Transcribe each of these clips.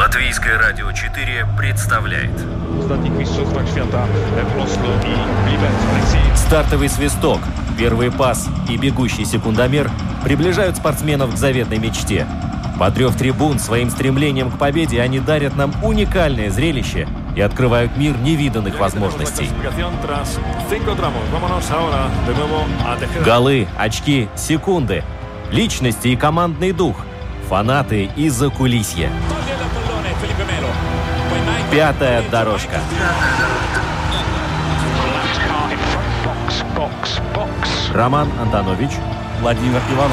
Латвийское радио 4 представляет стартовый свисток, первый пас и бегущий секундомер приближают спортсменов к заветной мечте. Потрев трибун своим стремлением к победе, они дарят нам уникальное зрелище и открывают мир невиданных возможностей. Голы, очки, секунды, личности и командный дух, фанаты и закулисье. Пятая дорожка. Роман Антонович, Владимир Иванов.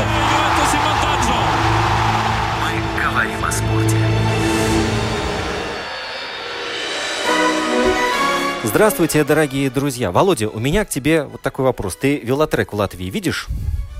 Мы говорим о спорте. Здравствуйте, дорогие друзья. Володя, у меня к тебе вот такой вопрос. Ты велотрек в Латвии видишь?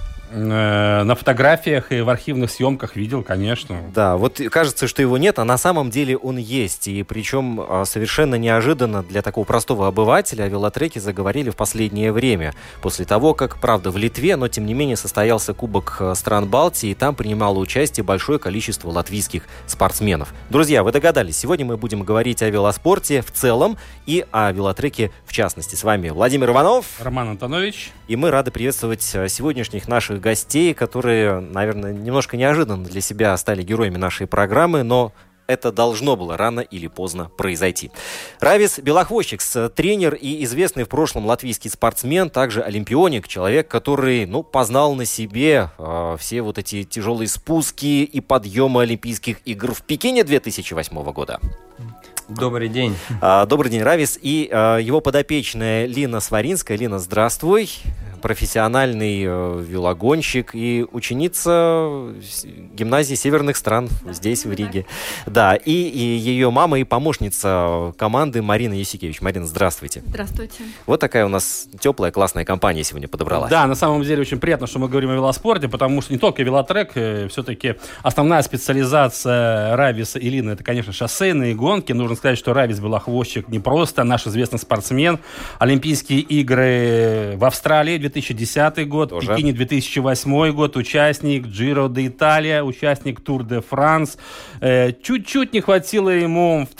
На фотографиях и в архивных съемках видел, конечно. Да, вот кажется, что его нет, а на самом деле он есть. И причем совершенно неожиданно для такого простого обывателя о велотреке заговорили в последнее время. После того, как, правда, в Литве, но тем не менее состоялся Кубок стран Балтии, и там принимало участие большое количество латвийских спортсменов. Друзья, вы догадались, сегодня мы будем говорить о велоспорте в целом и о велотреке в частности. С вами Владимир Иванов. Роман Антонович. И мы рады приветствовать сегодняшних наших гостей, которые, наверное, немножко неожиданно для себя стали героями нашей программы, но это должно было рано или поздно произойти. Равис Белохвостикс, тренер и известный в прошлом латвийский спортсмен, также олимпионик, человек, который, познал на себе все вот эти тяжелые спуски и подъемы Олимпийских игр в Пекине 2008 года. Добрый день. Добрый день, Равис. И его подопечная Лина Сваринская. Лина, здравствуй. Профессиональный велогонщик и ученица гимназии северных стран здесь, в Риге. Да, и ее мама и помощница команды Марина Ясикевич. Марина, здравствуйте. Здравствуйте. Вот такая у нас теплая, классная компания сегодня подобралась. Да, на самом деле очень приятно, что мы говорим о велоспорте, потому что не только велотрек, все-таки основная специализация Рависа и Лины — это, конечно, шоссейные гонки. Нужно сказать, что Равис Белохвостик не просто наш известный спортсмен. Олимпийские игры в Австралии 2010 год, в Пекине 2008 год, участник Giro d'Italia, участник Tour de France. Чуть-чуть не хватило ему в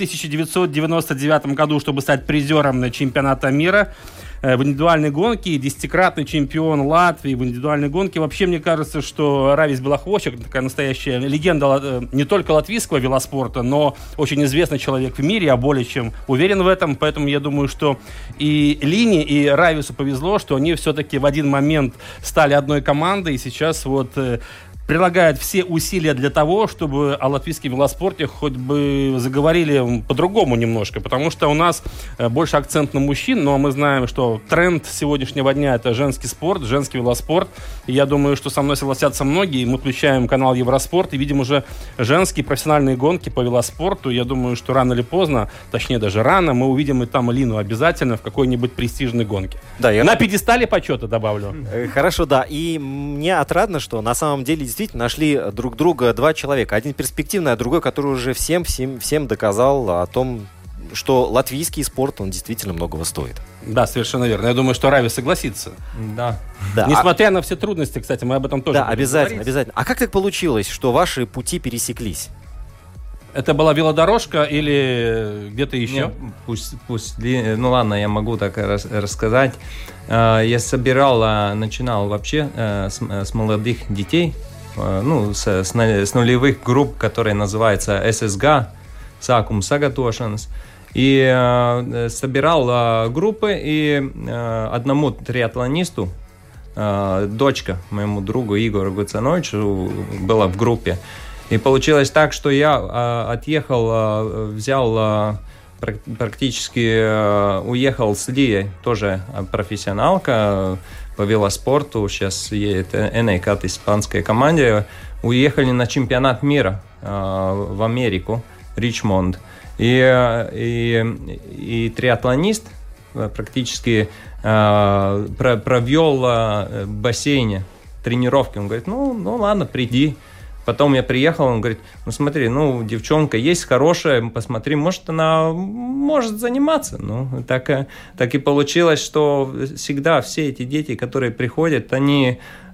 1999 году, чтобы стать призером чемпионата мира в индивидуальной гонке, 10-кратный чемпион Латвии в индивидуальной гонке. Вообще, мне кажется, что Равис Белохвостик такая настоящая легенда не только латвийского велоспорта, но очень известный человек в мире, я более чем уверен в этом. Поэтому я думаю, что и Лине, и Равису повезло, что они все-таки в один момент стали одной командой, и сейчас прилагают все усилия для того, чтобы о латвийском велоспорте хоть бы заговорили по-другому немножко, потому что у нас больше акцент на мужчин, но мы знаем, что тренд сегодняшнего дня — это женский спорт, женский велоспорт. И я думаю, что со мной согласятся многие. Мы включаем канал Евроспорт и видим уже женские профессиональные гонки по велоспорту. Я думаю, что рано или поздно, точнее даже рано, мы увидим и там Лину обязательно в какой-нибудь престижной гонке. Да, на пьедестале почета добавлю. Хорошо, да. И мне отрадно, что на самом деле действительно нашли друг друга два человека. Один перспективный, а другой, который уже всем доказал о том, что латвийский спорт, он действительно многого стоит. Да, совершенно верно. Я думаю, что Равис согласится. Да. Несмотря на все трудности, кстати, мы об этом тоже будем обязательно, говорить. обязательно. А как так получилось, что ваши пути пересеклись? Это была велодорожка или где-то еще? Ладно, я могу так рассказать. Я начинал вообще с молодых детей, с нулевых групп, которые называются ССГ, Sākuma sagatavošanas. И собирал группы, и одному триатлонисту, дочка моему другу Игорю Гуцановичу была в группе. И получилось так, что я отъехал, взял, практически уехал с Лией, тоже профессионалка по велоспорту, сейчас едет Энейкат, испанской команде. Уехали на чемпионат мира в Америку, Ричмонд. И триатлонист практически провел в бассейне тренировки. Он говорит, ладно, приди. Потом я приехал, он говорит, смотри, девчонка есть хорошая, посмотри, может, она может заниматься. Так и получилось, что всегда все эти дети, которые приходят, они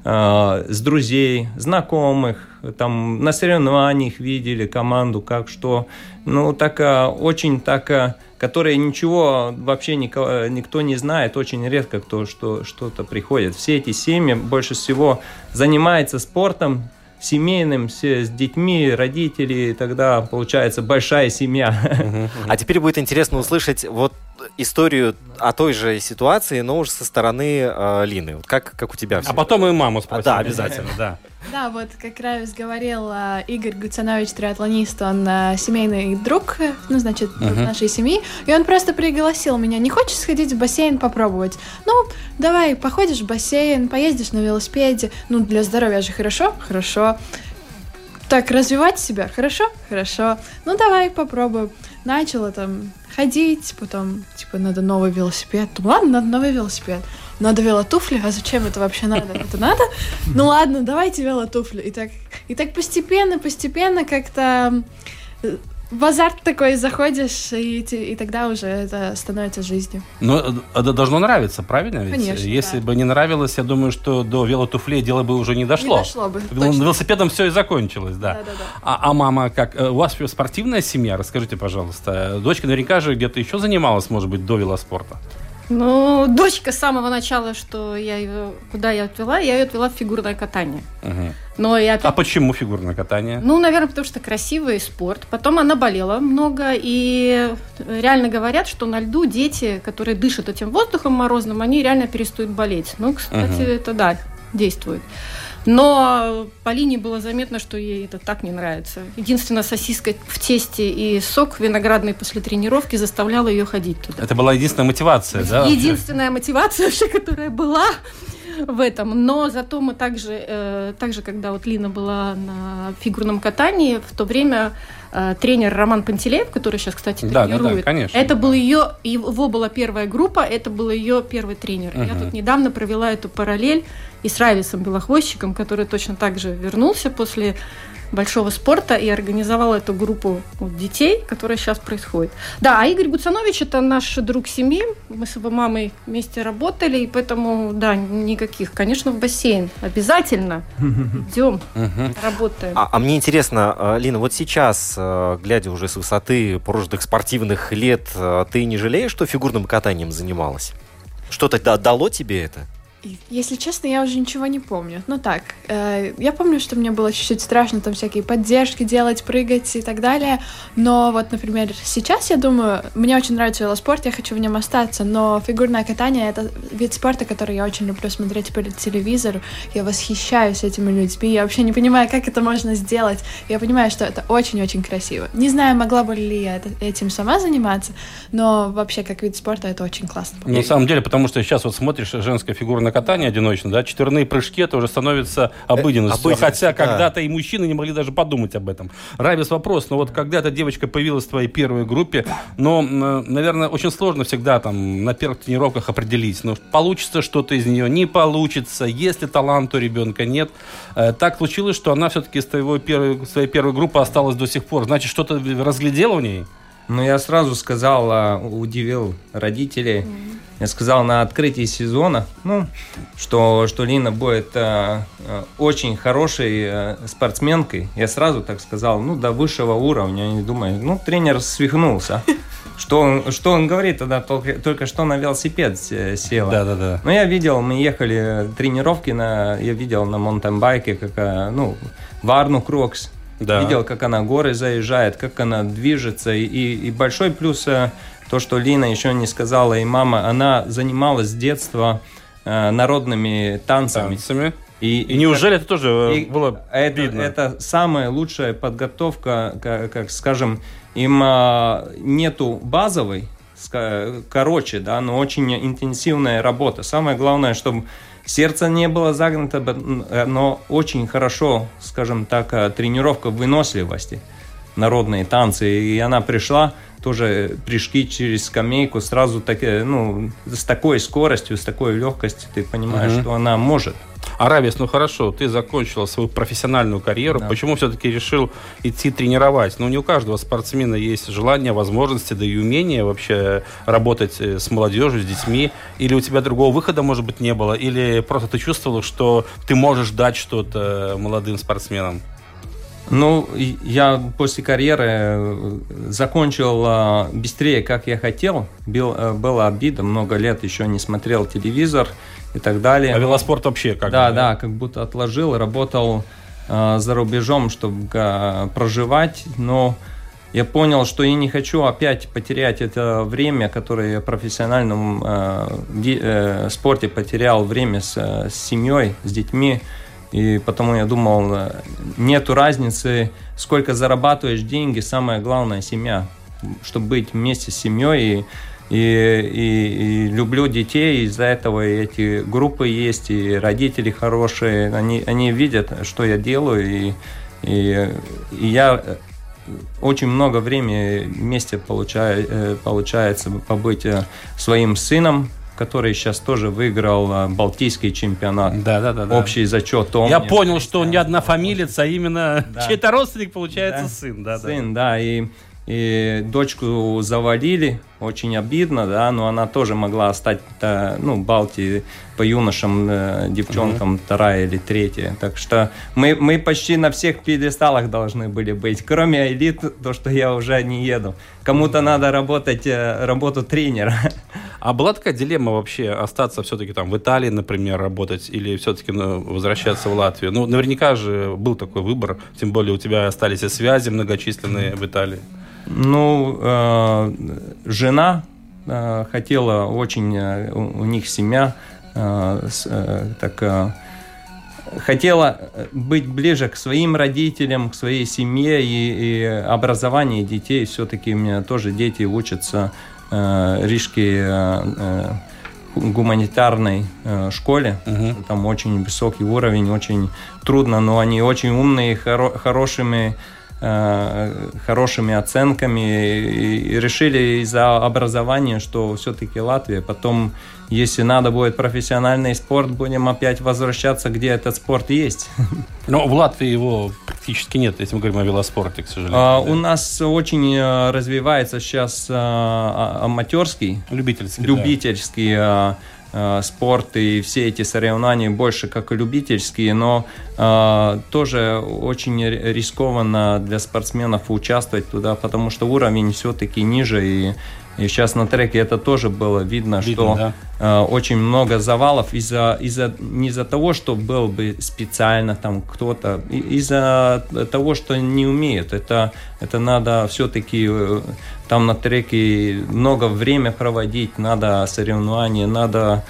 с друзей, знакомых, там на соревнованиях видели команду, как что. Ну, очень которые ничего вообще никто не знает, очень редко кто что-то приходит. Все эти семьи больше всего занимаются спортом, семейным, все с детьми, родители, и тогда получается большая семья. А теперь будет интересно услышать вот историю о той же ситуации, но уже со стороны Лины. Вот как у тебя все? А потом и маму спросим. Да, обязательно. Да. Да, вот как Равис говорил, Игорь Гуцанович, триатлонист, он семейный друг, ну, значит, друг нашей семьи, и он просто пригласил меня: не хочешь сходить в бассейн попробовать? Ну, давай, походишь в бассейн, поездишь на велосипеде, ну, для здоровья же хорошо? Хорошо. Так, развивать себя? Хорошо? Хорошо. Ну, давай, попробуем. Начала там ходить, потом, типа, надо новый велосипед. Думаю, ладно, надо новый велосипед. Надо велотуфли, а зачем это вообще надо? Это надо? Ну ладно, давайте велотуфли. И так постепенно как-то в азарт такой заходишь, и тогда уже это становится жизнью. Но это должно нравиться, правильно? Ведь конечно, если да. бы не нравилось, я думаю, что до велотуфлей дело бы уже не дошло. Не дошло бы, Велосипедом все и закончилось, да. Да. А мама как? У вас спортивная семья? Расскажите, пожалуйста. Дочка наверняка же где-то еще занималась, может быть, до велоспорта? Ну, дочка с самого начала, куда я ее отвела в фигурное катание. Угу. Но и опять... А почему фигурное катание? Ну, наверное, потому что красивый спорт. Потом она болела много, и реально говорят, что на льду дети, которые дышат этим воздухом морозным, они реально перестают болеть. Ну, кстати, это да, действует. Но по Лине было заметно, что ей это так не нравится. Единственная сосиска в тесте и сок виноградный после тренировки заставляла ее ходить туда. Это была единственная мотивация, да? Единственная мотивация вообще, которая была в этом. Но зато мы также, когда вот Лина была на фигурном катании, в то время тренер Роман Пантелеев, который сейчас, кстати, тренирует, да, конечно. это был его была первая группа, это был ее первый тренер. Я тут недавно провела эту параллель и с Рависом Белохвостчиком, который точно так же вернулся после большого спорта и организовал эту группу детей, которая сейчас происходит. Да, а Игорь Гуцанович – это наш друг семьи. Мы с его мамой вместе работали, и поэтому, да, никаких. Конечно, в бассейн. Обязательно. Идем, работаем. А мне интересно, Лина, вот сейчас, глядя уже с высоты прожитых спортивных лет, ты не жалеешь, что фигурным катанием занималась? Что-то дало тебе это? Если честно, я уже ничего не помню. Ну так, я помню, что мне было чуть-чуть страшно там всякие поддержки делать, прыгать и так далее. Но вот, например, сейчас я думаю, мне очень нравится велоспорт, я хочу в нем остаться, но фигурное катание — это вид спорта, который я очень люблю смотреть по телевизору. Я восхищаюсь этими людьми, я вообще не понимаю, как это можно сделать. Я понимаю, что это очень-очень красиво. Не знаю, могла бы ли я этим сама заниматься, но вообще как вид спорта это очень классно. На самом деле, потому что сейчас вот смотришь женское фигурное катание одиночное, да, четверные прыжки, это уже становится обыденностью. Хотя когда-то и мужчины не могли даже подумать об этом. Равис, вопрос, но вот когда эта девочка появилась в твоей первой группе, но, наверное, очень сложно всегда там на первых тренировках определить, но получится что-то из нее, не получится, если таланта у ребенка нет. Так случилось, что она все-таки из своей первой группы осталась до сих пор. Значит, что-то разглядела в ней? Ну, я сразу сказал, удивил родителей. Я сказал на открытии сезона, что Лина будет очень хорошей спортсменкой. Я сразу так сказал, до высшего уровня. Я не думаю, тренер свихнулся. Что он говорит тогда? Только что на велосипед села. Да. Но я видел, мы ехали тренировки, я видел на маунтенбайке, Варну Крокс. Да. Видел, как она горы заезжает, как она движется. И большой плюс то, что Лина еще не сказала, и мама, она занималась с детства народными танцами. И неужели это тоже было видно? Это самая лучшая подготовка, как скажем, им нету базовой, короче, да, но очень интенсивная работа. Самое главное, чтобы сердце не было загнуто, но очень хорошо, скажем так, тренировка выносливости, народные танцы. И она пришла, тоже прыжки через скамейку, сразу с такой скоростью, с такой легкостью, ты понимаешь, что она может. А Равис, ну хорошо, ты закончила свою профессиональную карьеру. Да. Почему все-таки решил идти тренировать? Ну, не у каждого спортсмена есть желание, возможности, да и умение вообще работать с молодежью, с детьми. Или у тебя другого выхода, может быть, не было? Или просто ты чувствовал, что ты можешь дать что-то молодым спортсменам? Ну, я после карьеры закончил быстрее, как я хотел. Была обида, много лет еще не смотрел телевизор и так далее. А велоспорт вообще как? Да, как будто отложил, работал за рубежом, чтобы проживать, но я понял, что я не хочу опять потерять это время, которое я в профессиональном спорте потерял, время с семьей, с детьми. И потому я думал, нету разницы, сколько зарабатываешь деньги, самое главное – семья. Чтобы быть вместе с семьей. И люблю детей, из-за этого эти группы есть, и родители хорошие. Они видят, что я делаю, и я очень много времени вместе получается побыть своим сыном, который сейчас тоже выиграл Балтийский чемпионат. Да. Общий зачет. Я понял, что он не однофамилец, а именно чей-то родственник, получается, сын. Сын, да. И дочку завалили, очень обидно, да, но она тоже могла стать, Балтии по юношам, девчонкам вторая или третья. Так что мы почти на всех пьедесталах должны были быть, кроме элит, то, что я уже не еду. Кому-то надо работать работу тренера. А была такая дилемма вообще остаться все-таки там в Италии, например, работать, или все-таки возвращаться в Латвию? Ну, наверняка же был такой выбор, тем более у тебя остались и связи многочисленные в Италии. Ну, жена хотела очень, у них семья, хотела быть ближе к своим родителям, к своей семье и образование детей. Все-таки у меня тоже дети учатся в Рижской гуманитарной школе. Там очень высокий уровень, очень трудно, но они очень умные, хорошими оценками и решили из-за образования, что все-таки Латвия. Потом, если надо будет профессиональный спорт, будем опять возвращаться, где этот спорт есть. Но в Латвии его практически нет, если мы говорим о велоспорте, к сожалению. У нас очень развивается сейчас аматорский, любительский спорт, и все эти соревнования больше как любительские, но тоже очень рискованно для спортсменов участвовать туда, потому что уровень все-таки ниже, и сейчас на треке это тоже было видно, что очень много завалов не из-за того, что был бы специально там кто-то, из-за того, что не умеют. Это надо все-таки там на треке много времени проводить, надо соревнования, надо,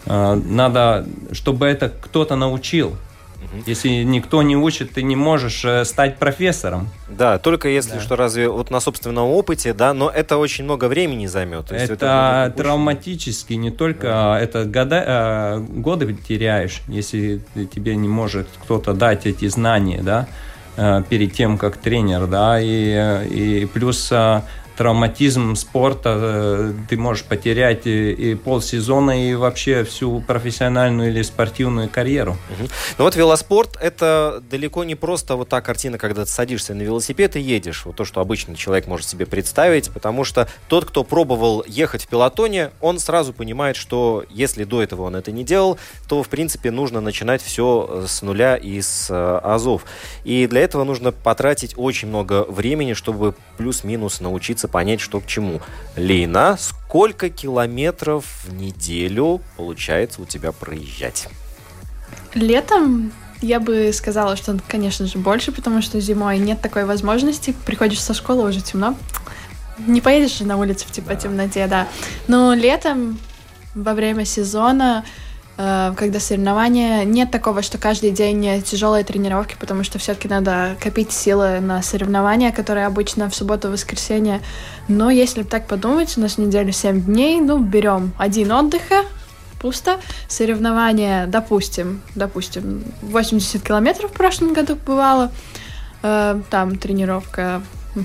чтобы это кто-то научил. Если никто не учит, ты не можешь стать профессором. Да, только если что, разве вот на собственном опыте, да, но это очень много времени займет. Это травматически, не только это годы теряешь, если тебе не может кто-то дать эти знания, да, перед тем, как тренер, да, и плюс травматизм спорта, ты можешь потерять и полсезона, и вообще всю профессиональную или спортивную карьеру. Ну вот велоспорт — это далеко не просто вот та картина, когда ты садишься на велосипед и едешь. Вот то, что обычный человек может себе представить, потому что тот, кто пробовал ехать в пелотоне, он сразу понимает, что если до этого он это не делал, то, в принципе, нужно начинать все с нуля и с азов. И для этого нужно потратить очень много времени, чтобы плюс-минус научиться понять, что к чему. Лейна, сколько километров в неделю получается у тебя проезжать? Летом я бы сказала, что, конечно же, больше, потому что зимой нет такой возможности. Приходишь со школы, уже темно. Не поедешь же на улицу в темноте, да. Но летом, во время сезона, когда соревнования, нет такого, что каждый день тяжелые тренировки, потому что все-таки надо копить силы на соревнования, которые обычно в субботу и воскресенье. Но если так подумать, у нас неделю 7 дней, берем один отдыха, пусто. Соревнования, допустим, 80 километров в прошлом году бывало. Там тренировка.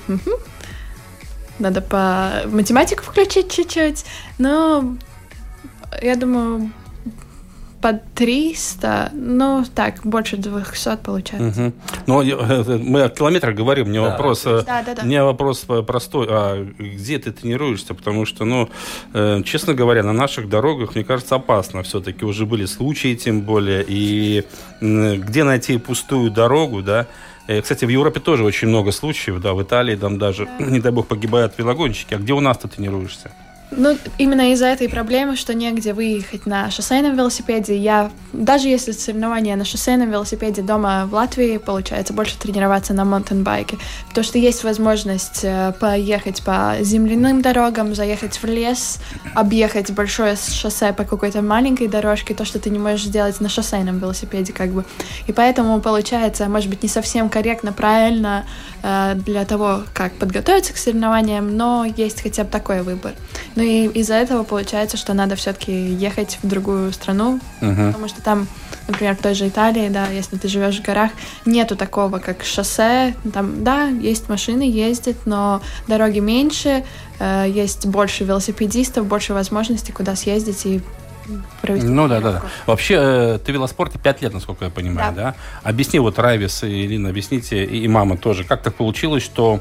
Надо по математику включить чуть-чуть. Но я думаю, под 300, ну, так, больше 200 получается. Угу. Ну, мы о километрах говорим, мне вопрос простой, а где ты тренируешься? Потому что, ну, честно говоря, на наших дорогах, мне кажется, опасно. Все-таки уже были случаи, тем более, и где найти пустую дорогу, да? Кстати, в Европе тоже очень много случаев, да, в Италии там даже, не дай бог, погибают велогонщики. А где у нас ты тренируешься? Ну, именно из-за этой проблемы, что негде выехать на шоссейном велосипеде, даже если соревнования на шоссейном велосипеде дома в Латвии, получается больше тренироваться на маунтенбайке, потому что есть возможность поехать по земляным дорогам, заехать в лес, объехать большое шоссе по какой-то маленькой дорожке, то, что ты не можешь сделать на шоссейном велосипеде, как бы. И поэтому получается, может быть, не совсем корректно, правильно для того, как подготовиться к соревнованиям, но есть хотя бы такой выбор. Ну и из-за этого получается, что надо все-таки ехать в другую страну, потому что там, например, в той же Италии, да, если ты живешь в горах, нету такого, как шоссе. Там, да, есть машины, ездят, но дороги меньше, есть больше велосипедистов, больше возможностей, куда съездить и провести. Ну да. Вообще, ты в велоспорте 5 лет, насколько я понимаю, да? Объясни, вот Равис и Лина, объясните, и мама тоже, как так получилось, что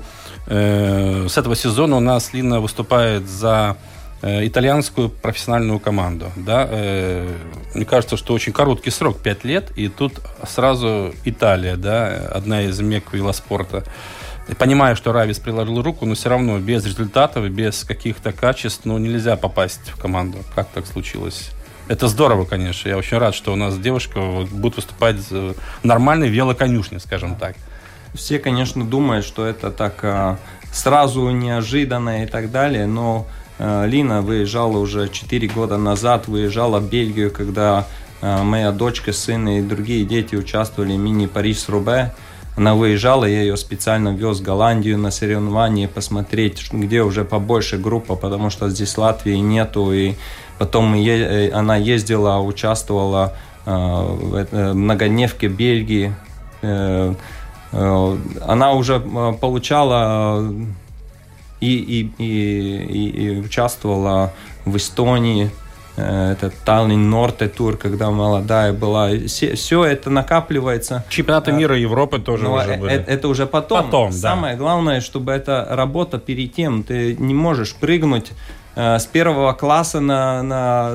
с этого сезона у нас Лина выступает за итальянскую профессиональную команду, да? Мне кажется, что очень короткий срок, 5 лет, и тут сразу Италия, да, одна из мекк велоспорта. Понимаю, что Равис приложил руку, но все равно без результатов, без каких-то качеств, ну, нельзя попасть в команду. Как так случилось? Это здорово, конечно. Я очень рад, что у нас девушка будет выступать в нормальной велоконюшне, скажем так. Все, конечно, думают, что это так сразу неожиданно и так далее, но Лина выезжала уже 4 года назад, выезжала в Бельгию, когда моя дочка, сын и другие дети участвовали в мини-Париж-Рубе. Она выезжала, я ее специально вез в Голландию на соревнования посмотреть, где уже побольше группа, потому что здесь Латвии нету. И потом она ездила, участвовала в многодневке в Бельгии. Она уже получала и участвовала в Эстонии. Это Таллин Норте тур, когда молодая была. Все это накапливается. Чемпионаты мира Европы тоже уже были. Это уже потом. Самое главное, чтобы эта работа перед тем. Ты не можешь прыгнуть с 1 класса на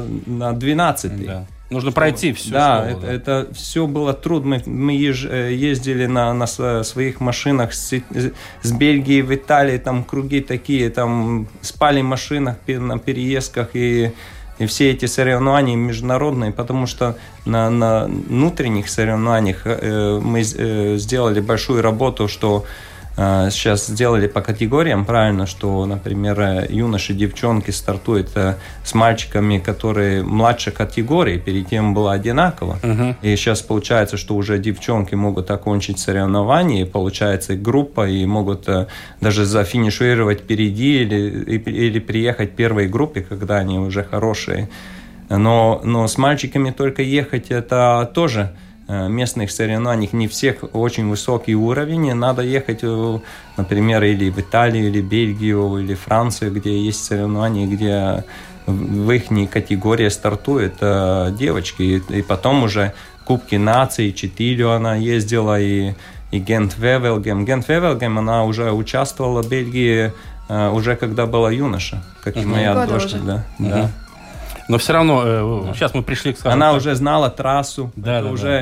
12. Да. Нужно пройти все. Да, это все было трудно. Мы ездили на своих машинах с Бельгии в Италии, там круги такие, там спали в машинах на переездках и все эти соревнования международные, потому что на внутренних соревнованиях мы сделали большую работу, что сейчас сделали по категориям правильно, что, например, юноши, девчонки стартуют с мальчиками, которые младше категории, перед тем было одинаково. И сейчас получается, что уже девчонки могут окончить соревнования, и получается группа, и могут даже зафинишировать впереди или приехать в первой группе, когда они уже хорошие. Но с мальчиками только ехать, это тоже местных соревнований, не всех очень высокий уровень, и надо ехать, например, или в Италию, или Бельгию, или Францию, где есть соревнования, где в их категории стартуют девочки, и потом уже Кубки наций, Четилью она ездила, и Гент-Вевелгем. Гент-Вевелгем она уже участвовала в Бельгии уже когда была юноша, как и моя дочка. Да. Но все равно, сейчас мы пришли к... Она уже знала трассу. Да.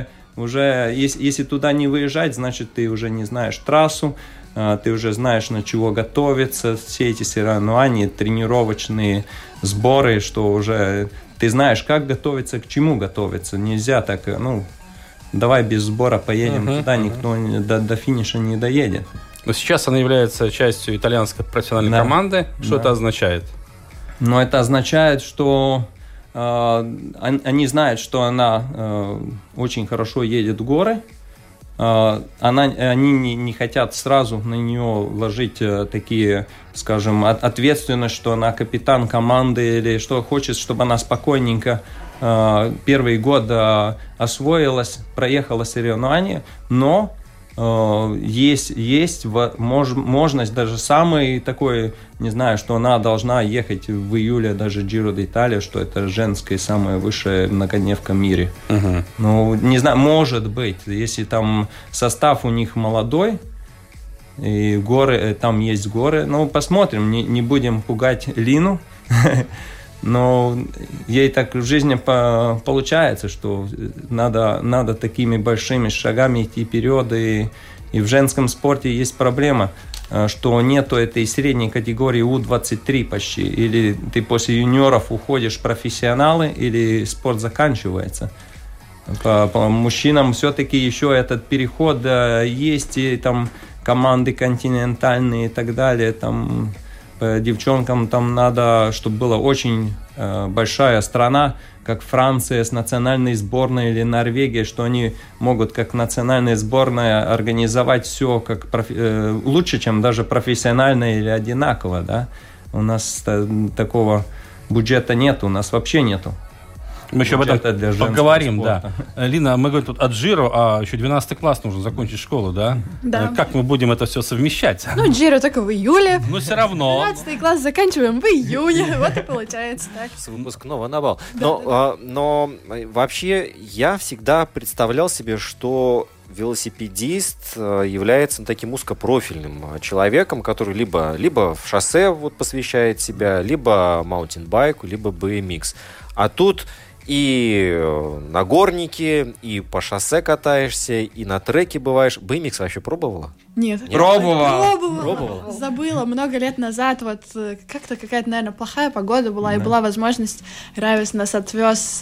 Уже если туда не выезжать, значит, ты уже не знаешь трассу, ты уже знаешь, на чего готовиться, все эти соревнования, тренировочные сборы, что уже ты знаешь, как готовиться, к чему готовиться. Нельзя так, давай без сбора поедем туда, никто до финиша не доедет. Но сейчас она является частью итальянской профессиональной команды. Что это означает? Это означает, что они знают, что она очень хорошо едет в горы. Они не хотят сразу на нее ложить такие, скажем, ответственность, что она капитан команды или что хочет, чтобы она спокойненько первый год освоилась, проехала соревнования, но есть возможность, даже самый такой, не знаю, что она должна ехать в июле, даже Giro d'Italia, что это женская самая высшая многодневка в мире. Ну, не знаю, может быть, если там состав у них молодой, и горы, там есть горы, ну, посмотрим, не будем пугать Лину. Но ей так в жизни получается, что надо такими большими шагами идти вперед. И в женском спорте есть проблема, что нету этой средней категории У-23 почти. Или ты после юниоров уходишь в профессионалы, или спорт заканчивается. По мужчинам все-таки еще этот переход есть, и там команды континентальные и так далее, там... Девчонкам там надо, чтобы была очень большая страна, как Франция с национальной сборной или Норвегия, что они могут как национальная сборная организовать все как лучше, чем даже профессионально или одинаково. Да? У нас такого бюджета нет, у нас вообще нету. Мы еще об этом поговорим, да. Лина, мы говорим тут о Giro, а еще 12 класс нужно закончить школу, да? Да. Как мы будем это все совмещать? Ну, Giro только в июле. Ну, все равно. 12 класс заканчиваем в июне. Вот и получается так. С выпускного на бал. Но вообще я всегда представлял себе, что велосипедист является таким узкопрофильным человеком, который либо в шоссе вот посвящает себя, либо маунтинбайку, либо BMX. А тут и на горнике, и по шоссе катаешься, и на треке бываешь. BMX вообще пробовала? Нет. Пробовала. Забыла много лет назад. Вот как-то какая-то, наверное, плохая погода была, и была возможность. Равис нас отвез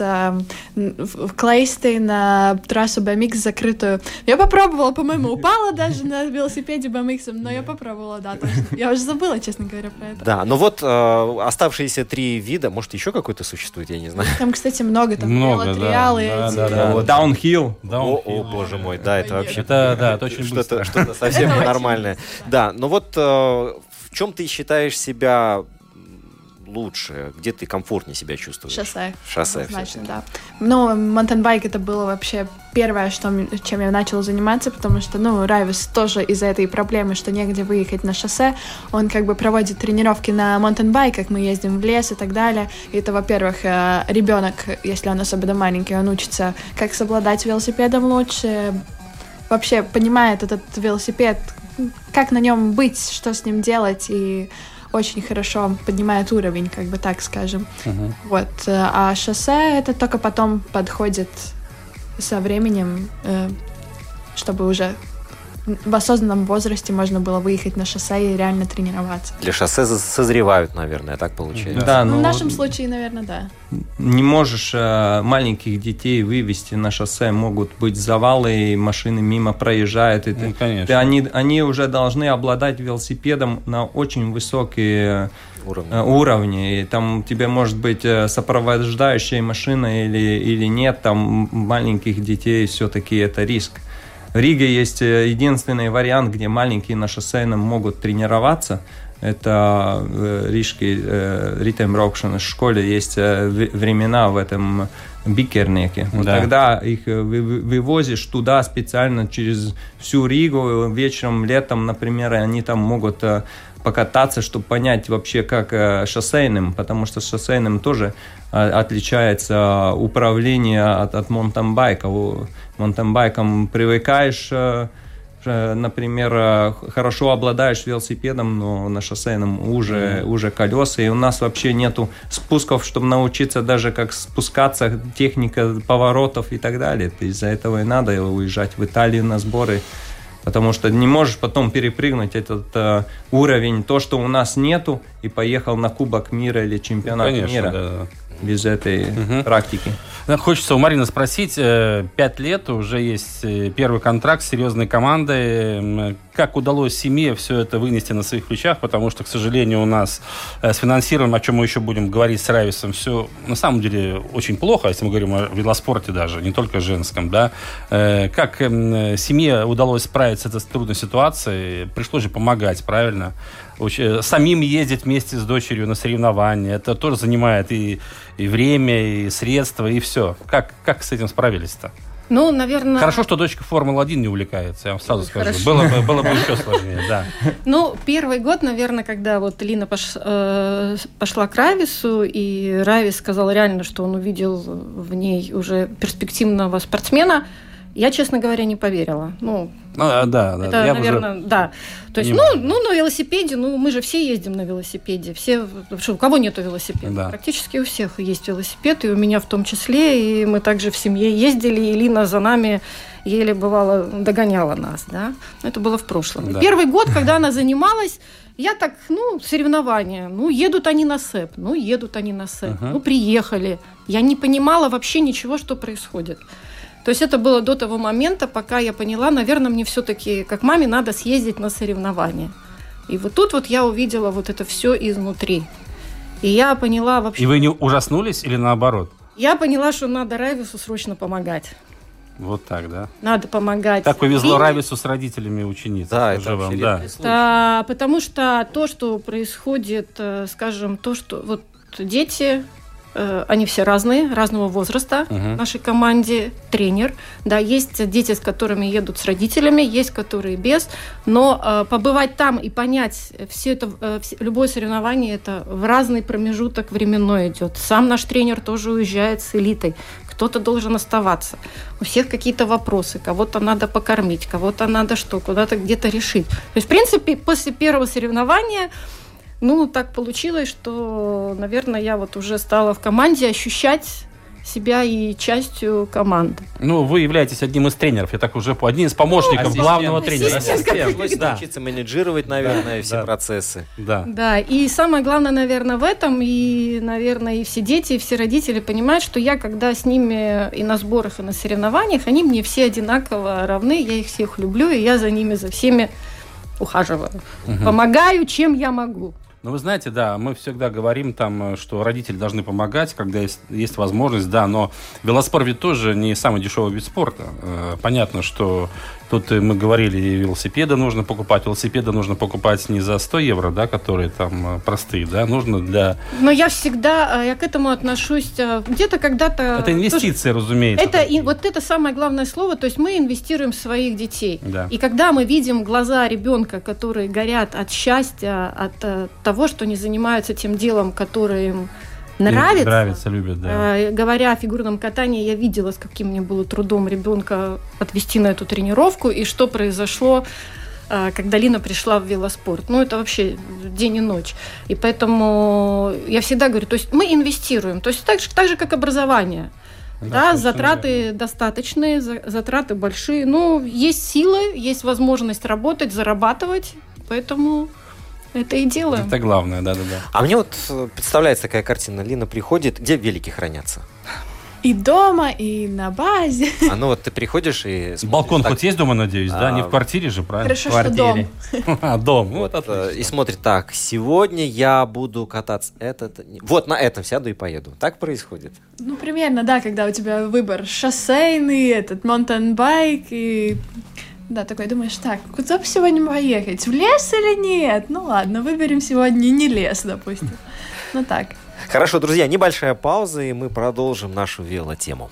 в Клейстей на трассу BMX закрытую. Я попробовала, по-моему, упала даже на велосипеде BMX, но я попробовала, да, точно. Я уже забыла, честно говоря, про это. Да, но вот оставшиеся 3 вида, может, еще какой-то существует, я не знаю. Там, кстати, много, велотриалы эти. Даунхилл. О, боже мой, да, это вообще... Это очень быстро. Что-то совсем ненормальное. Да, но вот в чем ты считаешь себя лучше? Где ты комфортнее себя чувствуешь? Шоссе. Значит, да. Ну, маунтинбайк это было вообще первое, чем я начала заниматься, потому что, Равис тоже из-за этой проблемы, что негде выехать на шоссе, он как бы проводит тренировки на маунтинбайках, мы ездим в лес и так далее. И это, во-первых, ребенок, если он особенно маленький, он учится, как совладать велосипедом лучше, вообще понимает этот велосипед, как на нем быть, что с ним делать, и очень хорошо поднимает уровень, как бы так скажем. Вот. А шоссе это только потом подходит со временем, чтобы уже в осознанном возрасте можно было выехать на шоссе и реально тренироваться. Для шоссе созревают, наверное, так получается. Да, в нашем случае, наверное, да. Не можешь маленьких детей вывести на шоссе, могут быть завалы, и машины мимо проезжают. Конечно. Они уже должны обладать велосипедом на очень высокие уровни. И там тебе может быть сопровождающая машина или нет, там маленьких детей все-таки это риск. В Риге есть единственный вариант, где маленькие на шоссейном могут тренироваться. Это в Рижской ритм-рокшен школе есть времена в этом бикернеке. Вот тогда их вывозишь туда специально через всю Ригу вечером, летом, например, и они там могут покататься, чтобы понять вообще, как шоссейным, потому что шоссейным тоже отличается управление от маунтинбайка. Маунтинбайком привыкаешь, например, хорошо обладаешь велосипедом, но на шоссейном уже колеса, и у нас вообще нету спусков, чтобы научиться даже как спускаться, техника поворотов и так далее. Из-за этого и надо уезжать в Италию на сборы, потому что не можешь потом перепрыгнуть этот уровень, то, что у нас нету, и поехал на Кубок мира или чемпионат мира. Да. Без этой практики. Хочется у Марины спросить, 5 лет уже есть первый контракт с серьезной командой. Как удалось семье все это вынести на своих плечах? Потому что, к сожалению, у нас с финансированием, о чем мы еще будем говорить с Рависом, все на самом деле очень плохо, если мы говорим о велоспорте даже, не только женском. Да? Как семье удалось справиться с этой трудной ситуацией? Пришлось же помогать, правильно? Самим ездить вместе с дочерью на соревнования, это тоже занимает и время, и средства, и все. Как с этим справились-то? Ну, наверное... Хорошо, что дочка Формулы-1 не увлекается, я вам сразу скажу. Хорошо. Было бы еще сложнее, да. Ну, первый год, наверное, когда вот Лина пошла к Равису, и Равис сказал реально, что он увидел в ней уже перспективного спортсмена, я, честно говоря, не поверила. Да. Это, я наверное, уже... да. То есть, на велосипеде, мы же все ездим на велосипеде. Все, у кого нету велосипеда? Да. Практически у всех есть велосипед, и у меня в том числе. И мы также в семье ездили, и Лина за нами еле, бывало, догоняла нас. Да? Но это было в прошлом. Да. Первый год, когда она занималась, я так, соревнования. Едут они на СЭП. Приехали. Я не понимала вообще ничего, что происходит. То есть это было до того момента, пока я поняла, наверное, мне все-таки, как маме, надо съездить на соревнования. И вот тут вот я увидела вот это все изнутри. И я поняла вообще... И вы не ужаснулись или наоборот? Я поняла, что надо Равису срочно помогать. Вот так, да? Надо помогать. Так повезло Равису с родителями ученицы. Да, это вообще редкий случай. Да, потому что то, что происходит, скажем, то, что вот дети... Они все разные, разного возраста в нашей команде, тренер. Да, есть дети, с которыми едут с родителями, есть, которые без. Но побывать там и понять все это, любое соревнование, это в разный промежуток временной идет. Сам наш тренер тоже уезжает с элитой. Кто-то должен оставаться. У всех какие-то вопросы. Кого-то надо покормить, кого-то надо куда-то где-то решить. То есть, в принципе, после первого соревнования... так получилось, что, наверное, я вот уже стала в команде ощущать себя и частью команды. Вы являетесь одним из тренеров, я так уже одним из помощников главного тренера. Пришлось научиться менеджировать, наверное, все процессы. Да, и самое главное, наверное, в этом, и, наверное, и все дети, и все родители понимают, что я, когда с ними и на сборах, и на соревнованиях, они мне все одинаково равны, я их всех люблю, и я за ними, за всеми ухаживаю. Помогаю, чем я могу. Вы знаете, да, мы всегда говорим там, что родители должны помогать, когда есть возможность, да, но велоспорт ведь тоже не самый дешевый вид спорта. Понятно, что тут мы говорили, велосипеды нужно покупать не за 100 евро, да, которые там простые, да, нужно для... Но я к этому отношусь где-то когда-то... Это инвестиции, разумеется. Вот это самое главное слово, то есть мы инвестируем в своих детей. Да. И когда мы видим глаза ребенка, которые горят от счастья, от того, что они занимаются тем делом, которое им нравится, любят, да. Говоря о фигурном катании, я видела, с каким мне было трудом ребенка отвести на эту тренировку, и что произошло, когда Лина пришла в велоспорт. Это вообще день и ночь. И поэтому я всегда говорю, то есть мы инвестируем, то есть так же как образование. Да, затраты достаточные, затраты большие. Есть силы, есть возможность работать, зарабатывать, поэтому... Это и делаем. Это главное, да. А мне представляется такая картина. Лина приходит, где велики хранятся? И дома, и на базе. Ты приходишь и... Балкон хоть есть дома, надеюсь, да? Не в квартире же, правильно? Хорошо, что дом. Дом. И смотрит так, сегодня я буду кататься вот на этом сяду и поеду. Так происходит? Примерно, да, когда у тебя выбор шоссейный, маунтейнбайк и... Да, такой думаешь, так, куда бы сегодня поехать? В лес или нет? Ладно, выберем сегодня не лес, допустим. Так. Хорошо, друзья, небольшая пауза, и мы продолжим нашу велотему.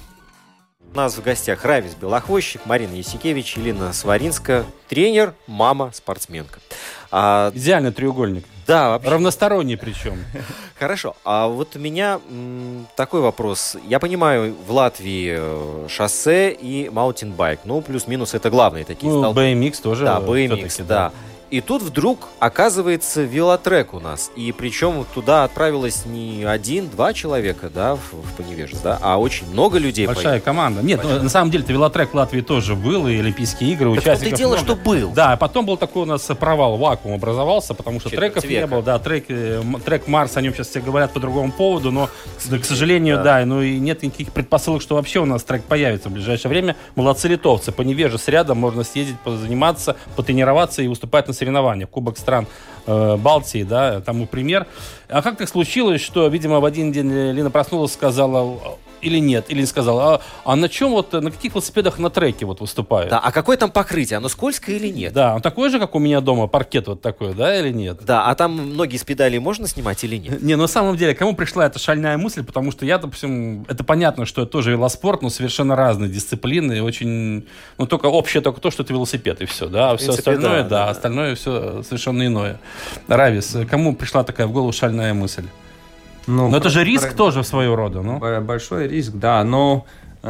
У нас в гостях Равис Белохвощик, Марина Ясикевич, Елена Сваринская, тренер, мама, спортсменка. Идеальный треугольник. Да, вообще. Равносторонний причем. Хорошо. А вот у меня такой вопрос. Я понимаю, в Латвии шоссе и маунтинбайк. Плюс-минус это главные такие столпы. BMX тоже. Да, BMX, да. И тут вдруг оказывается велотрек у нас. И причем туда отправилось не 1-2 человека, да, в Поневежец, да, а очень много людей. Большая команда. Нет, на самом деле-то велотрек в Латвии тоже был, и Олимпийские игры, участников много. дело, что был. Да, потом был такой у нас провал, вакуум образовался, потому что треков не было. Да, трек Марс, о нем сейчас все говорят по другому поводу, но, к сожалению, да, и нет никаких предпосылок, что вообще у нас трек появится в ближайшее время. Молодцы литовцы. Поневежец рядом, можно съездить, позаниматься, потренироваться и выступать на соревнованиях. Кубок стран Балтии, да, тому пример. А как так случилось, что, видимо, в один день Лина проснулась, сказала, или нет? Или не сказал, а на чем вот, на каких велосипедах на треке вот выступает? Да, а какое там покрытие? Оно скользкое или нет? Да, он такой же, как у меня дома, паркет вот такой, да, или нет? Да, а там ноги с педалей можно снимать или нет? Не, на самом деле, кому пришла эта шальная мысль, потому что я, допустим, это понятно, что это тоже велоспорт, но совершенно разные дисциплины, и очень, ну, только общее только то, что это велосипед, и все, да, а все остальное, да, остальное все совершенно иное. Равис, кому пришла такая в голову шальная мысль? Но это же риск тоже своего рода, ну? Большой риск, да, но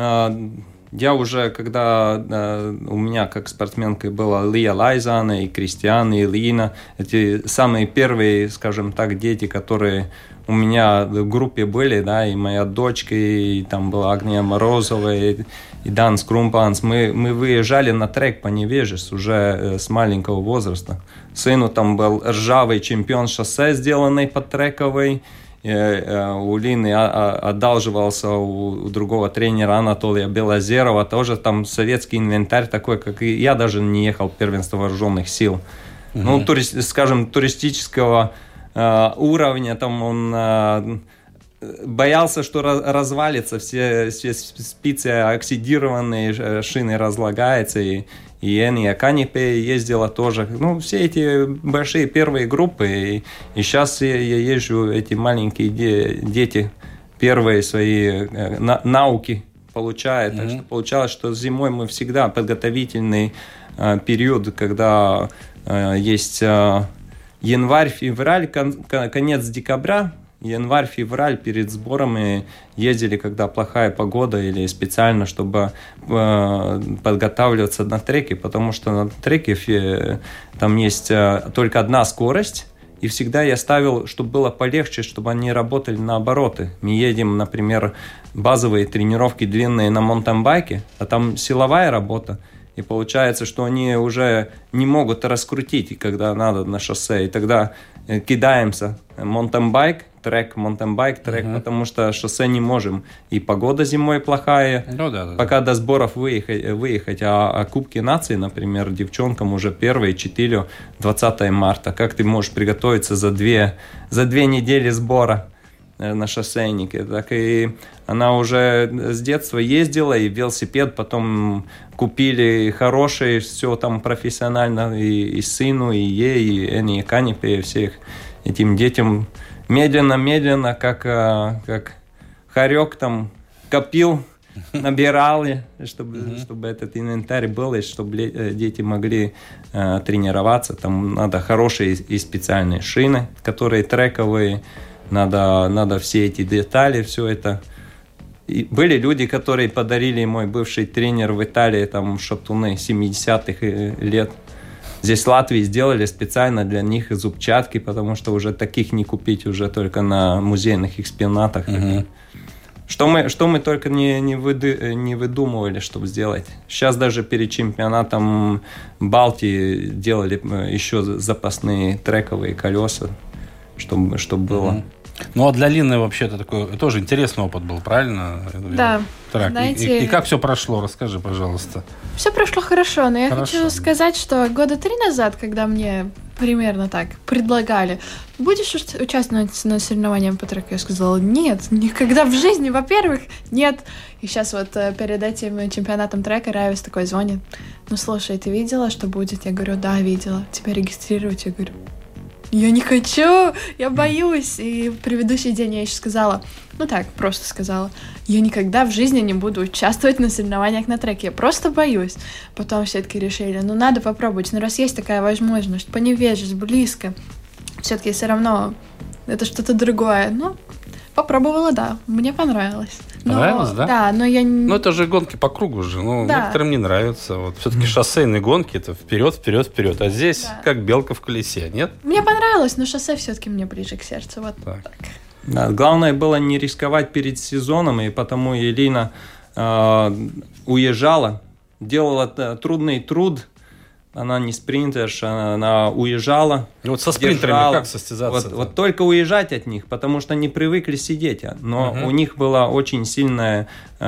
я уже, когда у меня как спортсменкой была Лия Лайзана и Кристиан, и Лина, эти самые первые, скажем так, дети, которые у меня в группе были, да, и моя дочка, и там была Агния Морозова, и Данс Крумпанс, мы выезжали на трек по Невежес уже с маленького возраста. Сыну там был ржавый чемпион шоссе, сделанный под трековый. У Лины одалживался у другого тренера Анатолия Белозерова, тоже там советский инвентарь такой, как и я даже не ехал в первенство вооруженных сил. Ну, скажем, туристического уровня, там он боялся, что развалится, все спицы оксидированные, шины разлагаются, и Эния Канипе ездила тоже. Ну, все эти большие первые группы. И сейчас я езжу, эти маленькие дети первые свои науки получают. Так что получалось, что зимой мы всегда подготовительный период, когда есть январь-февраль, конец декабря, январь-февраль перед сборами ездили, когда плохая погода или специально, чтобы подготавливаться на треке, потому что на треке там есть только одна скорость, и всегда я ставил, чтобы было полегче, чтобы они работали на обороты. Мы едем, например, базовые тренировки длинные на маунтенбайке, а там силовая работа, и получается, что они уже не могут раскрутить, когда надо на шоссе, и тогда кидаемся маунтенбайк, трек, потому что шоссе не можем. И погода зимой плохая, пока до сборов выехать. А Кубки наций, например, девчонкам уже первые 4 20 марта. Как ты можешь приготовиться за две недели сбора на шоссейнике? Так и она уже с детства ездила, и велосипед потом купили хороший, все там профессионально, и сыну, и ей, и Эни Канипе, и всех этим детям. Медленно, как хорек там копил, набирали, чтобы этот инвентарь был, и чтобы дети могли тренироваться. Там надо хорошие и специальные шины, которые трековые, надо все эти детали, все это. И были люди, которые подарили, мой бывший тренер в Италии, там шатуны 70-х лет. Здесь в Латвии сделали специально для них зубчатки, потому что уже таких не купить, уже только на музейных экспонатах. Что мы только не выдумывали, чтобы сделать. Сейчас даже перед чемпионатом Балтии делали еще запасные трековые колеса, чтобы было. Ну, а для Лины вообще это такой тоже интересный опыт был, правильно? Да. Знаете, и как все прошло? Расскажи, пожалуйста. Все прошло хорошо, но я хочу сказать, что 3 года назад, когда мне примерно так предлагали, будешь участвовать на соревнованиях по треку, я сказала, нет, никогда в жизни, во-первых, нет. И сейчас вот перед этим чемпионатом трека Равис такой звонит, ну, слушай, ты видела, что будет? Я говорю, да, видела. Тебя регистрировать? Я говорю, я не хочу, я боюсь. И в предыдущий день я еще сказала, ну так, просто сказала, я никогда в жизни не буду участвовать на соревнованиях на треке, я просто боюсь. Потом все-таки решили, ну надо попробовать, ну раз есть такая возможность, по Невежес, близко, все-таки все равно это что-то другое. Ну, попробовала, да, мне понравилось. Понравилось, да? Да, но я... Ну, это же гонки по кругу же. Ну, да. Некоторым не нравится. Вот все-таки шоссейные гонки — это вперед. А здесь как белка в колесе, нет? Мне понравилось, но шоссе все-таки мне ближе к сердцу. Вот так. Да, главное было не рисковать перед сезоном, и потому Елена уезжала, делала трудный труд, Она не спринтерша, она уезжала. И вот со спринтерами как состязаться? Вот только уезжать от них, потому что они привыкли сидеть. Но у них была очень сильная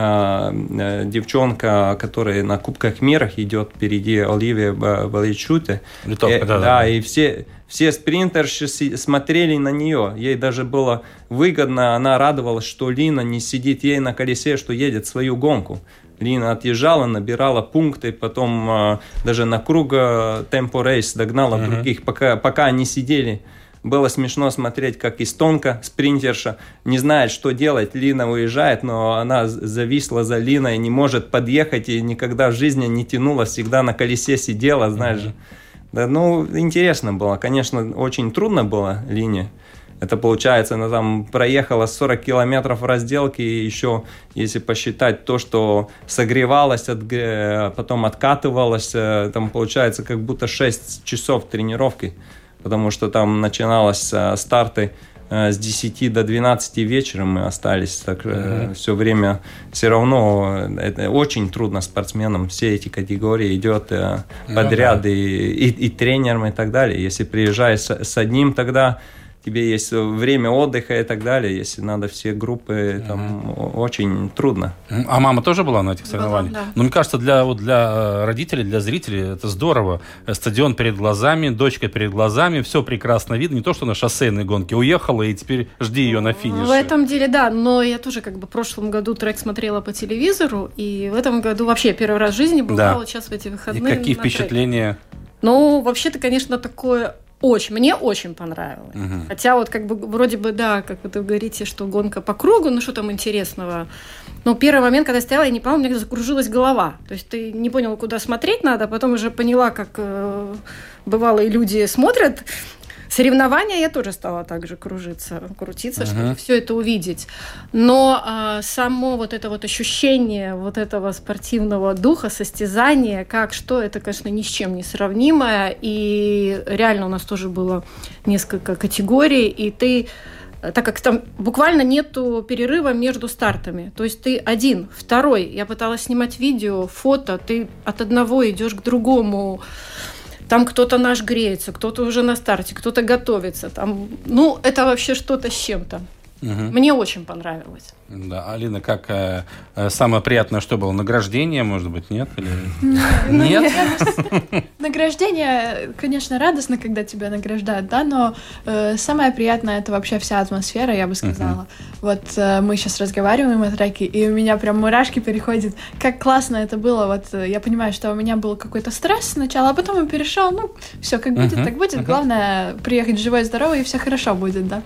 девчонка, которая на Кубках мира идет впереди, Оливия Баличуте. Да, и все спринтерши смотрели на нее. Ей даже было выгодно, она радовалась, что Лина не сидит ей на колесе, что едет свою гонку. Лина отъезжала, набирала пункты, потом даже на круг темпо рейс догнала других, пока они сидели. Было смешно смотреть, как эстонка, спринтерша, не знает, что делать. Лина уезжает, но она зависла за Линой, не может подъехать и никогда в жизни не тянула, всегда на колесе сидела, знаешь. Да, интересно было. Конечно, очень трудно было Лине. Это получается, она там проехала 40 километров в разделке, и еще, если посчитать то, что согревалась, потом откатывалась, там получается как будто 6 часов тренировки, потому что там начиналось старты с 10 до 12 вечера мы остались, так все время все равно это очень трудно спортсменам, все эти категории идет подряд, и тренерам и так далее. Если приезжаешь с одним, тогда тебе есть время отдыха и так далее. Если надо все группы, там очень трудно. А мама тоже была на этих соревнованиях? Да. Ну, мне кажется, для родителей, для зрителей это здорово. Стадион перед глазами, дочка перед глазами, все прекрасно видно. Не то, что на шоссейной гонке уехала, и теперь жди ее на финише. В этом деле, да. Но я тоже в прошлом году трек смотрела по телевизору, и в этом году вообще первый раз в жизни была вот сейчас в эти выходные. И какие впечатления? Ну, вообще-то, конечно, такое... Мне очень понравилось. Хотя вроде бы, да, как вы говорите, что гонка по кругу, что там интересного. Но первый момент, когда я стояла, я не поняла, у меня закружилась голова. То есть ты не поняла, куда смотреть надо, а потом уже поняла, как бывалые люди смотрят. Соревнования я тоже стала так же крутиться, чтобы все это увидеть. Но само это ощущение этого спортивного духа, состязания, это, конечно, ни с чем не сравнимое. И реально у нас тоже было несколько категорий, и ты... Так как там буквально нету перерыва между стартами. То есть ты один, второй. Я пыталась снимать видео, фото, ты от одного идешь к другому. Там кто-то наш греется, кто-то уже на старте, кто-то готовится. Там, это вообще что-то с чем-то. Мне очень понравилось. Да, Алина, как самое приятное, что было? Награждение, может быть, нет? Нет? Награждение, конечно, радостно, когда тебя награждают, да, но самое приятное — это вообще вся атмосфера, я бы сказала. Вот мы сейчас разговариваем о треке, и у меня прям мурашки переходят. Как классно это было. Я понимаю, что у меня был какой-то стресс сначала, а потом он перешел. Все, как будет, так будет. Главное приехать живой, здоровый, и все хорошо будет, да.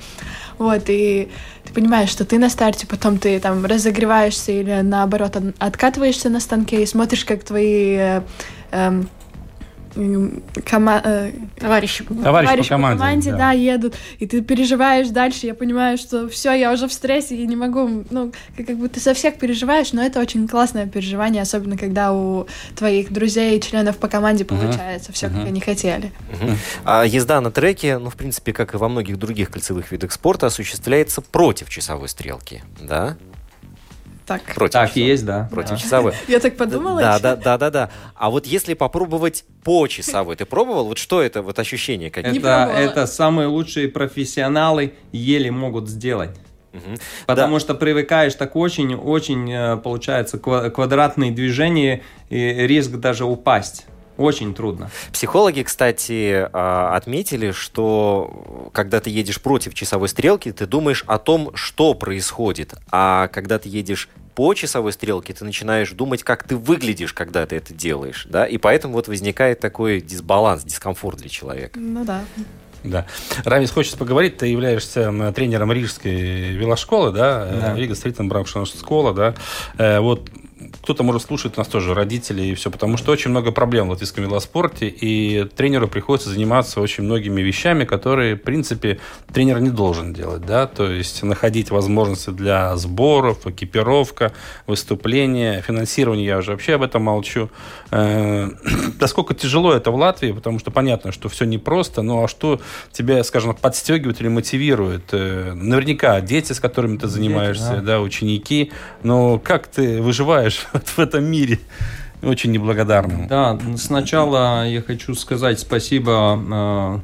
И ты понимаешь, что ты на старте, потом ты там разогреваешься или наоборот откатываешься на станке и смотришь, как твои товарищи по команде, да, едут, и ты переживаешь дальше. Я понимаю, что все, я уже в стрессе, я не могу, как бы ты со всех переживаешь, но это очень классное переживание, особенно когда у твоих друзей и членов по команде получается все, как они хотели. А езда на треке, в принципе, как и во многих других кольцевых видах спорта, осуществляется против часовой стрелки, да? Так и есть, да. Против часовой. Я так подумала. Да. А вот если попробовать по часовой, ты пробовал? Вот что это, ощущения какие? Это самые лучшие профессионалы еле могут сделать. Потому что привыкаешь так очень, получается, квадратные движения и риск даже упасть. Очень трудно. Психологи, кстати, отметили, что когда ты едешь против часовой стрелки, ты думаешь о том, что происходит. А когда ты едешь по часовой стрелке, ты начинаешь думать, как ты выглядишь, когда ты это делаешь. Да? И поэтому возникает такой дисбаланс, дискомфорт для человека. Да. Да. Равис, хочется поговорить. Ты являешься тренером рижской велошколы, да? Рига Стритенбрауншная школа, да? Кто-то, может, слушает нас тоже, родители и все, потому что очень много проблем в латвийском велоспорте, и тренеру приходится заниматься очень многими вещами, которые, в принципе, тренер не должен делать, да, то есть находить возможности для сборов, экипировка, выступления, финансирование, я уже вообще об этом молчу. Насколько тяжело это в Латвии, потому что понятно, что все непросто, а что тебя, скажем, подстегивает или мотивирует? Наверняка дети, с которыми ты занимаешься, да, ученики, но как ты выживаешь в этом мире? очень неблагодарному. Да, сначала я хочу сказать спасибо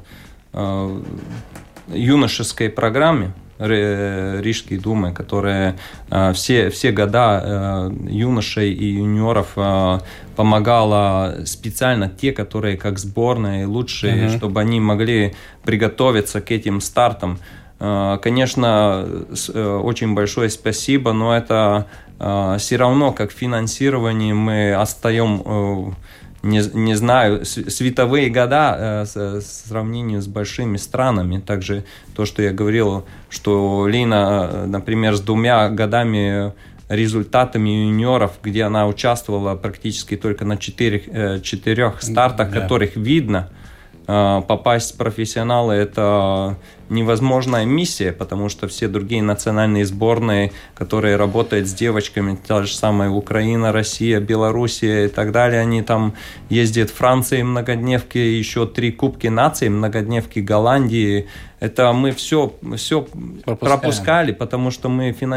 юношеской программе Рижской думы, которая все года юношей и юниоров помогала специально те, которые как сборная лучшие, чтобы они могли приготовиться к этим стартам. Конечно, очень большое спасибо, но это все равно как финансирование мы остаем, не знаю, световые года в сравнении с большими странами. Также то, что я говорил, что Лина, например, с 2 годами результатами юниоров, где она участвовала практически только на 4 стартах, которых видно, попасть в профессионалы – это невозможная миссия, потому что все другие национальные сборные, которые работают с девочками, та же самая Украина, Россия, Белоруссия и так далее, они там ездят в Франции многодневки, еще 3 Кубки наций, многодневки Голландии. Это мы все пропускали, потому что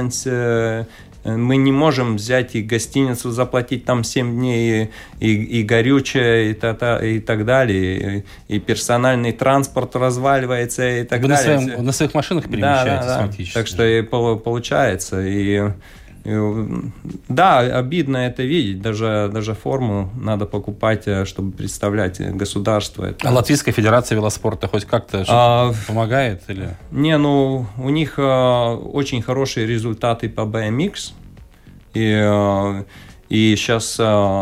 мы не можем взять и гостиницу заплатить там 7 дней, и горючее, и так далее, и персональный транспорт разваливается, и так Вы далее. На своих машинах перемещаетесь фактически. Так что и получается. Да, обидно это видеть. Даже форму надо покупать, чтобы представлять государство. А Латвийская федерация велоспорта хоть как-то помогает? Или? Не, у них очень хорошие результаты по BMX. И сейчас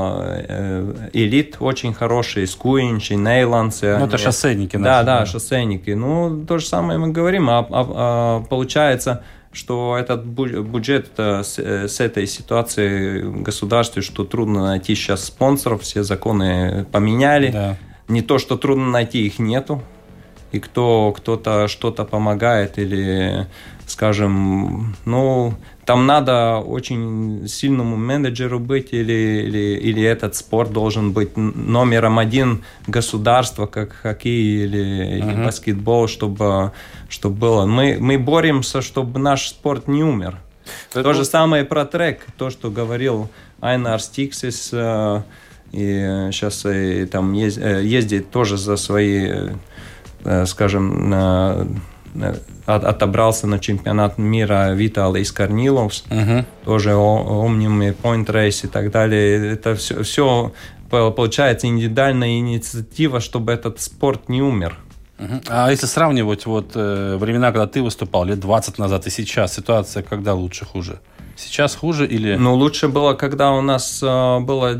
элит очень хороший, Скуинч и Нейландс. Это шоссейники. Да, шоссейники. То же самое мы говорим. Получается, что этот бюджет с этой ситуацией в государстве, что трудно найти сейчас спонсоров, все законы поменяли. Да. Не то, что трудно найти, их нету. И кто-то что-то помогает или, скажем, там надо очень сильному менеджеру быть или этот спорт должен быть номером 1 государства, как хоккей или баскетбол, чтобы было. Мы боремся, чтобы наш спорт не умер. То же самое про трек, то, что говорил Айнар Стиксис, и сейчас там ездит тоже за свои, скажем, отобрался на чемпионат мира Виталийс Корниловс, тоже Omnium, Point Race и так далее. Это все получается индивидуальная инициатива, чтобы этот спорт не умер. А если сравнивать времена, когда ты выступал, лет 20 назад и сейчас, ситуация когда лучше, хуже? Сейчас хуже или... Лучше было, когда у нас было в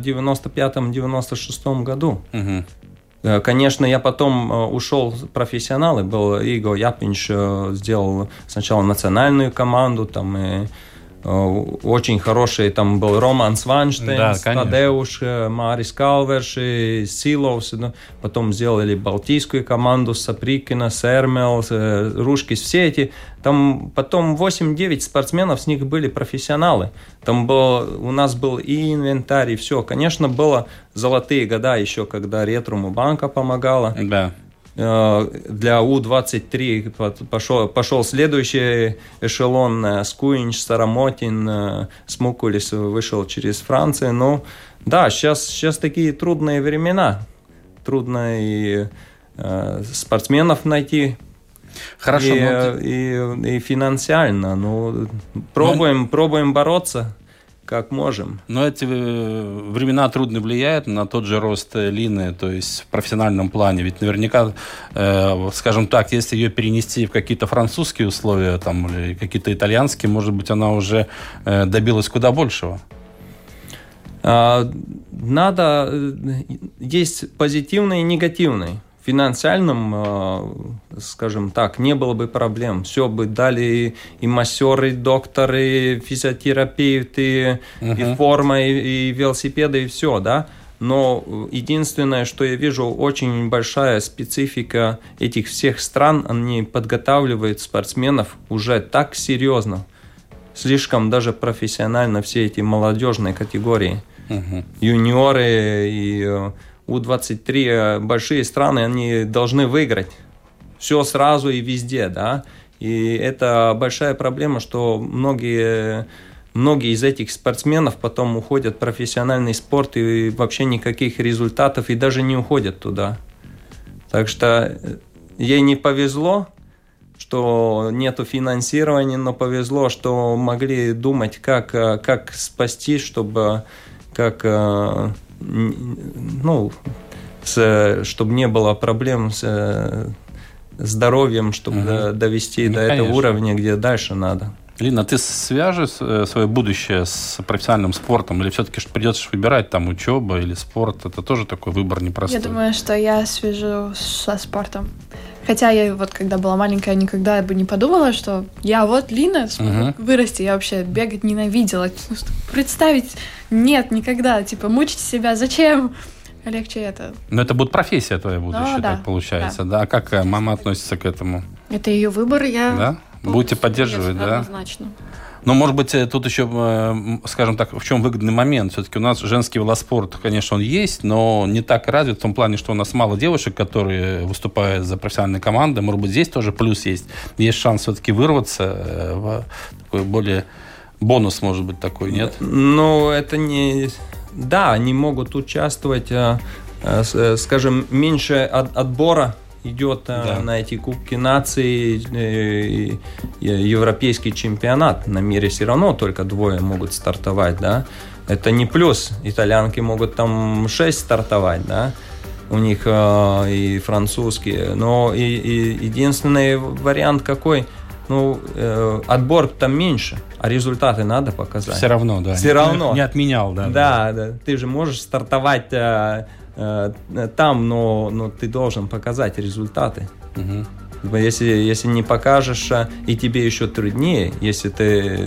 95-96 году. Конечно, я потом ушел в профессионалы, был Иго Япинч, сделал сначала национальную команду, там и очень хороший, там был Роман Сванштейн, Тадеуш, Марис Калверш, Силовс, потом сделали балтийскую команду, Саприкина, Сермел, Рушкис, все эти, там потом 8-9 спортсменов, с них были профессионалы, там у нас был и инвентарь, и все, конечно, было золотые года еще, когда Ретруму банка помогала. Да. Для У-23 пошел следующий эшелон, Скуинч, Сарамотин, Смукулис вышел через Францию. Да, сейчас такие трудные времена. Трудно и спортсменов найти. Хорошо, и финансиально. Пробуем бороться. Как можем. Но эти времена трудно влияют на тот же рост Лины, то есть в профессиональном плане. Ведь наверняка, скажем так, если ее перенести в какие-то французские условия там, или какие-то итальянские, может быть, она уже добилась куда большего. Есть позитивный и негативный. В финансальном, скажем так, не было бы проблем. Все бы дали и массеры, и докторы, и физиотерапевты, и форма, и велосипеды, и все, да. Но единственное, что я вижу, очень большая специфика этих всех стран, они подготавливают спортсменов уже так серьезно, слишком даже профессионально все эти молодежные категории, юниоры и У-23, большие страны, они должны выиграть все сразу и везде, да. И это большая проблема, что многие многие из этих спортсменов потом уходят в профессиональный спорт и вообще никаких результатов, и даже не уходят туда. Так что ей не повезло, что нету финансирования, но повезло, что могли думать, как спасти, чтобы чтобы не было проблем с здоровьем, чтобы довести до этого уровня, где дальше надо. Лина, ты свяжешь свое будущее с профессиональным спортом, или все-таки придется выбирать там учеба или спорт? Это тоже такой выбор непростой. Я думаю, что я свяжу со спортом. Хотя я вот когда была маленькая, никогда бы не подумала, что я вот Лина смогу вырасти. Я вообще бегать ненавидела. Представить нет никогда. Типа мучить себя. Зачем? Легче это. Но это будет профессия твоя будущая, да, так получается. Да. А как мама относится к этому? Это ее выбор, Да? Будете поддерживать, да? Однозначно. Но, может быть, тут еще, скажем так, в чем выгодный момент. Все-таки у нас женский велоспорт, конечно, он есть, но не так развит в том плане, что у нас мало девушек, которые выступают за профессиональные команды. Может быть, здесь тоже плюс есть. Есть шанс все-таки вырваться в такой более бонус, может быть, такой, нет? Ну, это не... Да, они могут участвовать, скажем, меньше отбора идет на эти Кубки наций, европейский чемпионат. На мире все равно только 2 могут стартовать, да. Это не плюс. Итальянки могут там 6 стартовать, да. У них и французские. Но единственный вариант какой? Ну, отбор там меньше, а результаты надо показать. Все равно, да. Все равно. Не отменял, да. Да. Ты же можешь стартовать там, но ты должен показать результаты. Если не покажешь, и тебе еще труднее, если ты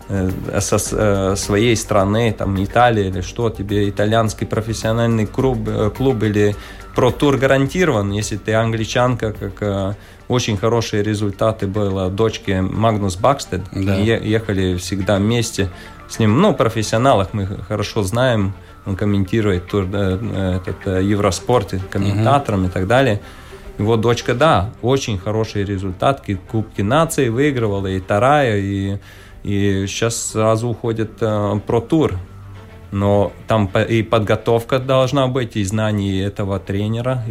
со своей страны, там Италия или что, тебе итальянский профессиональный клуб или про-тур гарантирован, если ты англичанка, как очень хорошие результаты было дочки Магнус Бакстед, ехали всегда вместе с ним, ну, профессионалах мы хорошо знаем, он комментирует тур, Евроспорт, комментатором и так далее. Его дочка, да, очень хорошие результаты, Кубки наций выигрывала, и вторая, и сейчас сразу уходит про-тур. Но там и подготовка должна быть, и знание этого тренера,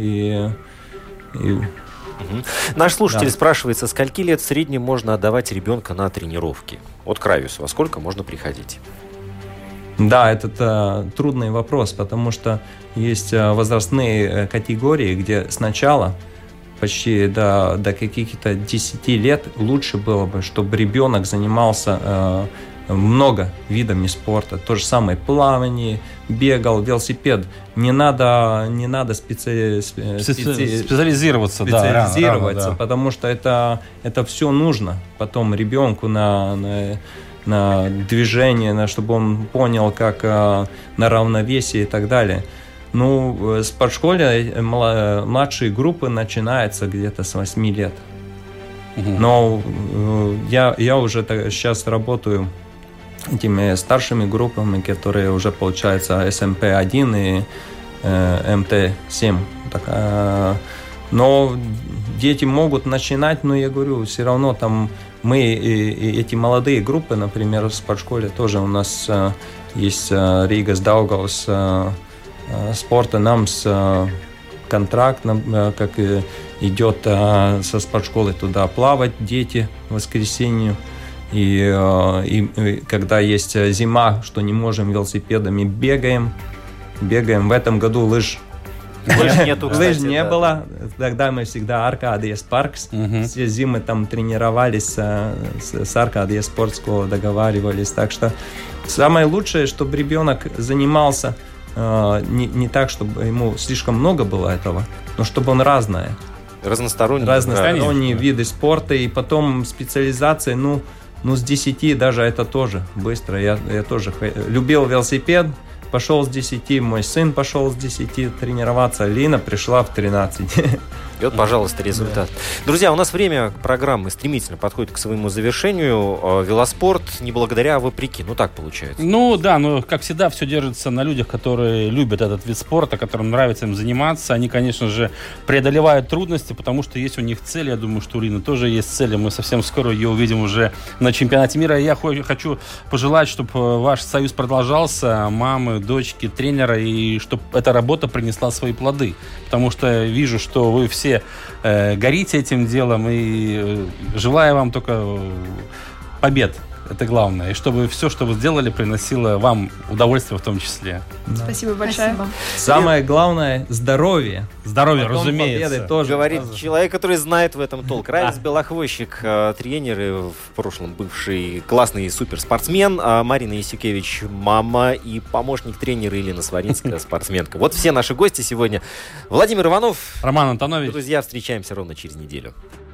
Наш слушатель спрашивает, со скольки лет в среднем можно отдавать ребенка на тренировки? От Кравиусу, во сколько можно приходить? Да, это трудный вопрос, потому что есть возрастные категории, где сначала почти до каких-то 10 лет лучше было бы, чтобы ребенок занимался много видами спорта. То же самое плавание, бегал, велосипед. Не надо специализироваться, рано, потому что это все нужно потом ребенку на движение, чтобы он понял, как на равновесие и так далее. Ну, в спортшколе младшие группы начинаются где-то с 8 лет. Но я уже сейчас работаю этими старшими группами, которые уже, получается, СМП-1 и МТ-7. Но дети могут начинать, но я говорю, все равно там мы, эти молодые группы, например, в спортшколе тоже у нас есть Рига с Даугавс спорта, нам с контракт, как идет со спортшколы туда плавать дети в воскресенье. И когда есть зима, что не можем велосипедами, бегаем. В этом году лыж нету, кстати, лыж не было. Тогда мы всегда Аркадия Паркс. Все зимы там тренировались с Аркадия Спортского, договаривались. Так что самое лучшее, чтобы ребенок занимался не так, чтобы ему слишком много было этого, но чтобы он разносторонние виды спорта, и потом специализация, ну с 10 даже это тоже быстро. Я тоже любил велосипед, пошел с 10, мой сын пошел с 10 тренироваться, Лина пришла в 13. И вот, пожалуйста, результат. Друзья, у нас время программы стремительно подходит к своему завершению. Велоспорт не благодаря, а вопреки. Ну, так получается. Ну, да, но, как всегда, все держится на людях, которые любят этот вид спорта, которым нравится им заниматься. Они, конечно же, преодолевают трудности, потому что есть у них цель. Я думаю, что у Ирины тоже есть цель, и мы совсем скоро ее увидим уже на чемпионате мира. И я хочу пожелать, чтобы ваш союз продолжался, мамы, дочки, тренера, и чтобы эта работа принесла свои плоды. Потому что вижу, что вы все горите этим делом, и желаю вам только побед. Это главное. И чтобы все, что вы сделали, приносило вам удовольствие в том числе. Да. Спасибо большое. Спасибо. Самое главное – здоровье. Здоровье, Потом разумеется. победы тоже. Говорит человек, который знает в этом толк. Равис Белохвощик, тренер и в прошлом бывший классный суперспортсмен. Марина Исюкевич, мама и помощник тренера Елена Сваринская, спортсменка. Вот все наши гости сегодня. Владимир Иванов. Роман Антонович. Друзья, встречаемся ровно через неделю.